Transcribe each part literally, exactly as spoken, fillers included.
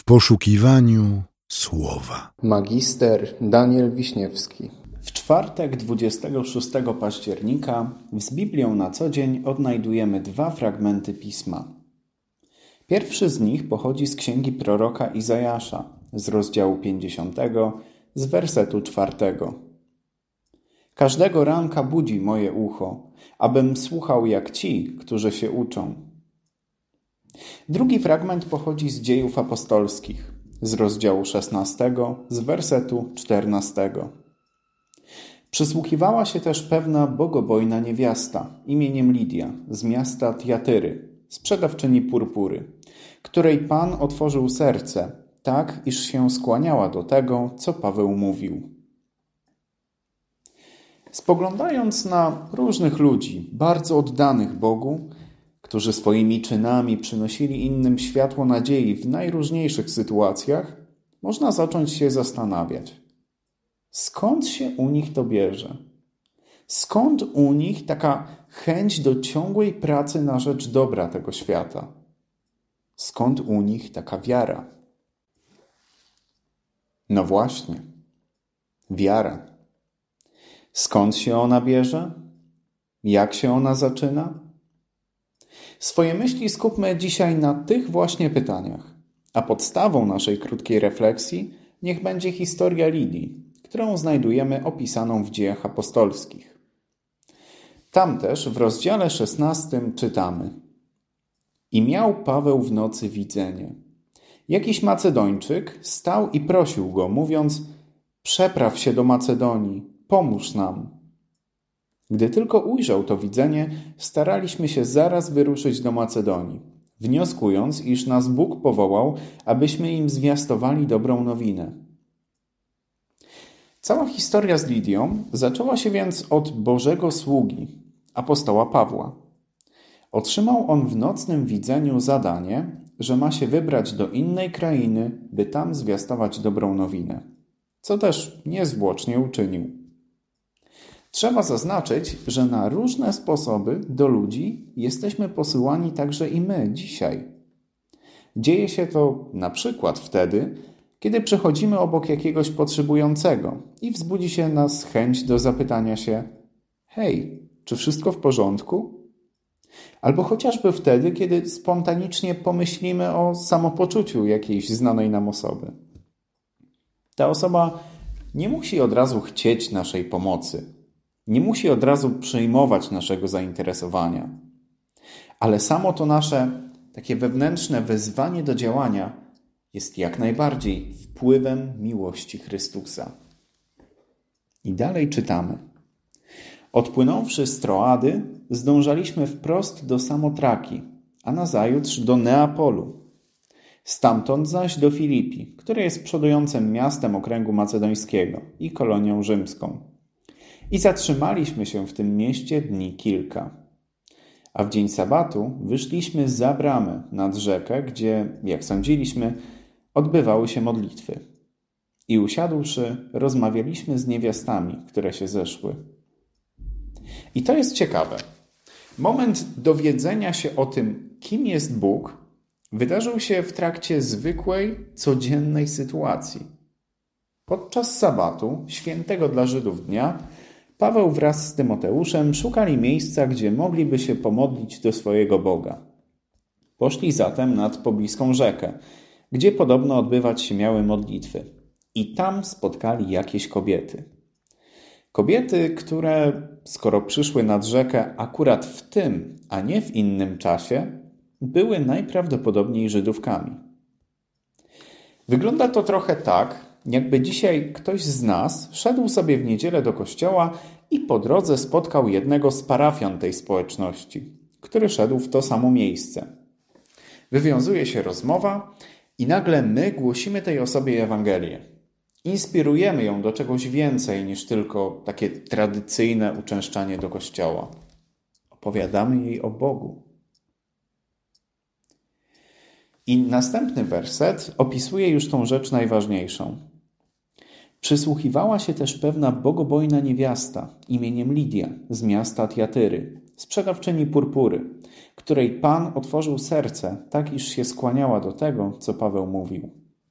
W poszukiwaniu słowa. Magister Daniel Wiśniewski. W czwartek dwudziestego szóstego października z Biblią na co dzień odnajdujemy dwa fragmenty Pisma. Pierwszy z nich pochodzi z księgi proroka Izajasza, z rozdziału pięćdziesiątego, z wersetu czwartego. Każdego ranka budzi moje ucho, abym słuchał jak ci, którzy się uczą. Drugi fragment pochodzi z Dziejów Apostolskich, z rozdziału szesnastego, z wersetu czternastego. Przysłuchiwała się też pewna bogobojna niewiasta imieniem Lidia z miasta Tiatyry, sprzedawczyni purpury, której Pan otworzył serce, tak iż się skłaniała do tego, co Paweł mówił. Spoglądając na różnych ludzi, bardzo oddanych Bogu, którzy swoimi czynami przynosili innym światło nadziei w najróżniejszych sytuacjach, można zacząć się zastanawiać, skąd się u nich to bierze? Skąd u nich taka chęć do ciągłej pracy na rzecz dobra tego świata? Skąd u nich taka wiara? No właśnie, wiara. Skąd się ona bierze? Jak się ona zaczyna? Swoje myśli skupmy dzisiaj na tych właśnie pytaniach, a podstawą naszej krótkiej refleksji niech będzie historia Lidii, którą znajdujemy opisaną w Dziejach Apostolskich. Tam też w rozdziale szesnastym czytamy: I miał Paweł w nocy widzenie. Jakiś Macedończyk stał i prosił go, mówiąc: przepraw się do Macedonii, pomóż nam. Gdy tylko ujrzał to widzenie, staraliśmy się zaraz wyruszyć do Macedonii, wnioskując, iż nas Bóg powołał, abyśmy im zwiastowali dobrą nowinę. Cała historia z Lidią zaczęła się więc od Bożego sługi, apostoła Pawła. Otrzymał on w nocnym widzeniu zadanie, że ma się wybrać do innej krainy, by tam zwiastować dobrą nowinę, co też niezwłocznie uczynił. Trzeba zaznaczyć, że na różne sposoby do ludzi jesteśmy posyłani także i my dzisiaj. Dzieje się to na przykład wtedy, kiedy przechodzimy obok jakiegoś potrzebującego i wzbudzi się nas chęć do zapytania się: hej, czy wszystko w porządku? Albo chociażby wtedy, kiedy spontanicznie pomyślimy o samopoczuciu jakiejś znanej nam osoby. Ta osoba nie musi od razu chcieć naszej pomocy. Nie musi od razu przyjmować naszego zainteresowania. Ale samo to nasze takie wewnętrzne wezwanie do działania jest jak najbardziej wpływem miłości Chrystusa. I dalej czytamy. Odpłynąwszy z Troady, zdążaliśmy wprost do Samotraki, a nazajutrz do Neapolu. Stamtąd zaś do Filipi, które jest przodującym miastem okręgu macedońskiego i kolonią rzymską. I zatrzymaliśmy się w tym mieście dni kilka. A w dzień sabatu wyszliśmy za bramę nad rzekę, gdzie, jak sądziliśmy, odbywały się modlitwy. I usiadłszy, rozmawialiśmy z niewiastami, które się zeszły. I to jest ciekawe. Moment dowiedzenia się o tym, kim jest Bóg, wydarzył się w trakcie zwykłej, codziennej sytuacji. Podczas sabatu, świętego dla Żydów dnia, Paweł wraz z Tymoteuszem szukali miejsca, gdzie mogliby się pomodlić do swojego Boga. Poszli zatem nad pobliską rzekę, gdzie podobno odbywać się miały modlitwy. I tam spotkali jakieś kobiety. Kobiety, które, skoro przyszły nad rzekę akurat w tym, a nie w innym czasie, były najprawdopodobniej Żydówkami. Wygląda to trochę tak, jakby dzisiaj ktoś z nas szedł sobie w niedzielę do kościoła i po drodze spotkał jednego z parafian tej społeczności, który szedł w to samo miejsce. Wywiązuje się rozmowa i nagle my głosimy tej osobie Ewangelię. Inspirujemy ją do czegoś więcej niż tylko takie tradycyjne uczęszczanie do kościoła. Opowiadamy jej o Bogu. I następny werset opisuje już tą rzecz najważniejszą. Przysłuchiwała się też pewna bogobojna niewiasta imieniem Lidia z miasta Tiatyry, sprzedawczyni purpury, której Pan otworzył serce, tak iż się skłaniała do tego, co Paweł mówił.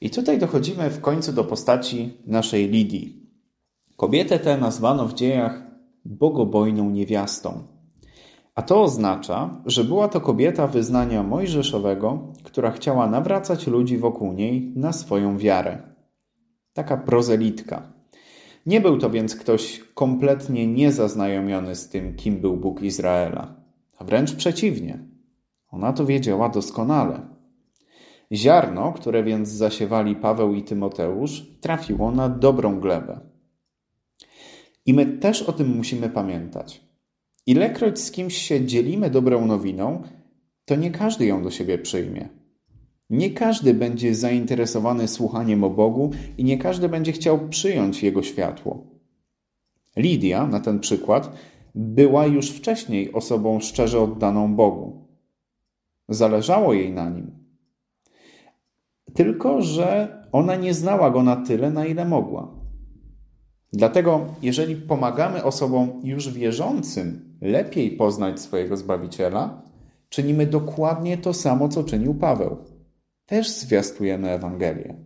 I tutaj dochodzimy w końcu do postaci naszej Lidii. Kobietę tę nazwano w dziejach bogobojną niewiastą. A to oznacza, że była to kobieta wyznania mojżeszowego, która chciała nawracać ludzi wokół niej na swoją wiarę. Taka prozelitka. Nie był to więc ktoś kompletnie niezaznajomiony z tym, kim był Bóg Izraela. A wręcz przeciwnie. Ona to wiedziała doskonale. Ziarno, które więc zasiewali Paweł i Tymoteusz, trafiło na dobrą glebę. I my też o tym musimy pamiętać. Ilekroć z kimś się dzielimy dobrą nowiną, to nie każdy ją do siebie przyjmie. Nie każdy będzie zainteresowany słuchaniem o Bogu i nie każdy będzie chciał przyjąć Jego światło. Lidia, na ten przykład, była już wcześniej osobą szczerze oddaną Bogu. Zależało jej na nim. Tylko że ona nie znała Go na tyle, na ile mogła. Dlatego, jeżeli pomagamy osobom już wierzącym lepiej poznać swojego Zbawiciela, czynimy dokładnie to samo, co czynił Paweł. Też zwiastujemy Ewangelię.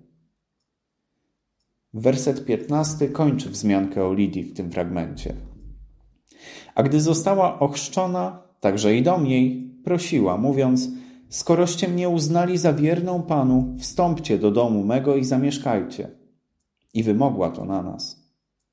Werset piętnasty kończy wzmiankę o Lidii w tym fragmencie. A gdy została ochrzczona, także i dom jej, prosiła, mówiąc: skoroście mnie uznali za wierną Panu, wstąpcie do domu mego i zamieszkajcie. I wymogła to na nas.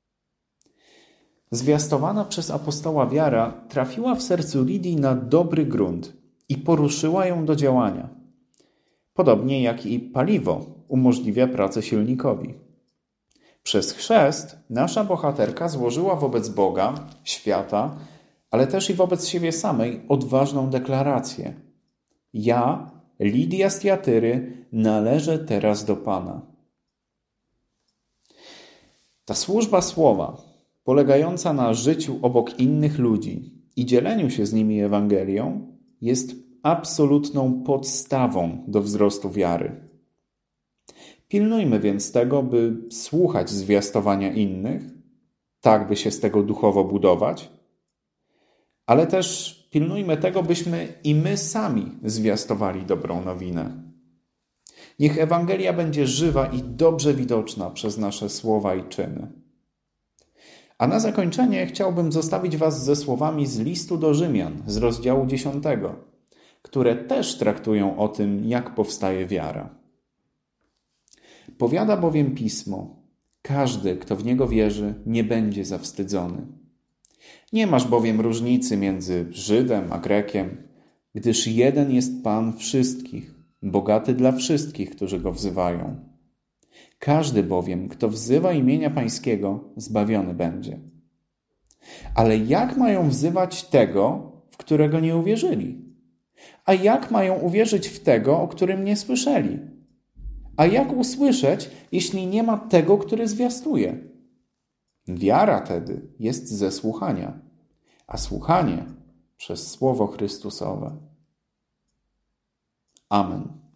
Zwiastowana przez apostoła wiara trafiła w sercu Lidii na dobry grunt i poruszyła ją do działania. Podobnie jak i paliwo umożliwia pracę silnikowi. Przez chrzest nasza bohaterka złożyła wobec Boga, świata, ale też i wobec siebie samej odważną deklarację. Ja, Lidia z Tiatyry, należę teraz do Pana. Ta służba słowa, polegająca na życiu obok innych ludzi i dzieleniu się z nimi Ewangelią, jest absolutną podstawą do wzrostu wiary. Pilnujmy więc tego, by słuchać zwiastowania innych, tak by się z tego duchowo budować, ale też pilnujmy tego, byśmy i my sami zwiastowali dobrą nowinę. Niech Ewangelia będzie żywa i dobrze widoczna przez nasze słowa i czyny. A na zakończenie chciałbym zostawić was ze słowami z listu do Rzymian z rozdziału dziesiątego, które też traktują o tym, jak powstaje wiara. Powiada bowiem Pismo: każdy, kto w niego wierzy, nie będzie zawstydzony. Nie masz bowiem różnicy między Żydem a Grekiem, gdyż jeden jest Pan wszystkich, bogaty dla wszystkich, którzy go wzywają. Każdy bowiem, kto wzywa imienia Pańskiego, zbawiony będzie. Ale jak mają wzywać tego, w którego nie uwierzyli? A jak mają uwierzyć w tego, o którym nie słyszeli? A jak usłyszeć, jeśli nie ma tego, który zwiastuje? Wiara tedy jest ze słuchania, a słuchanie przez Słowo Chrystusowe. Amen.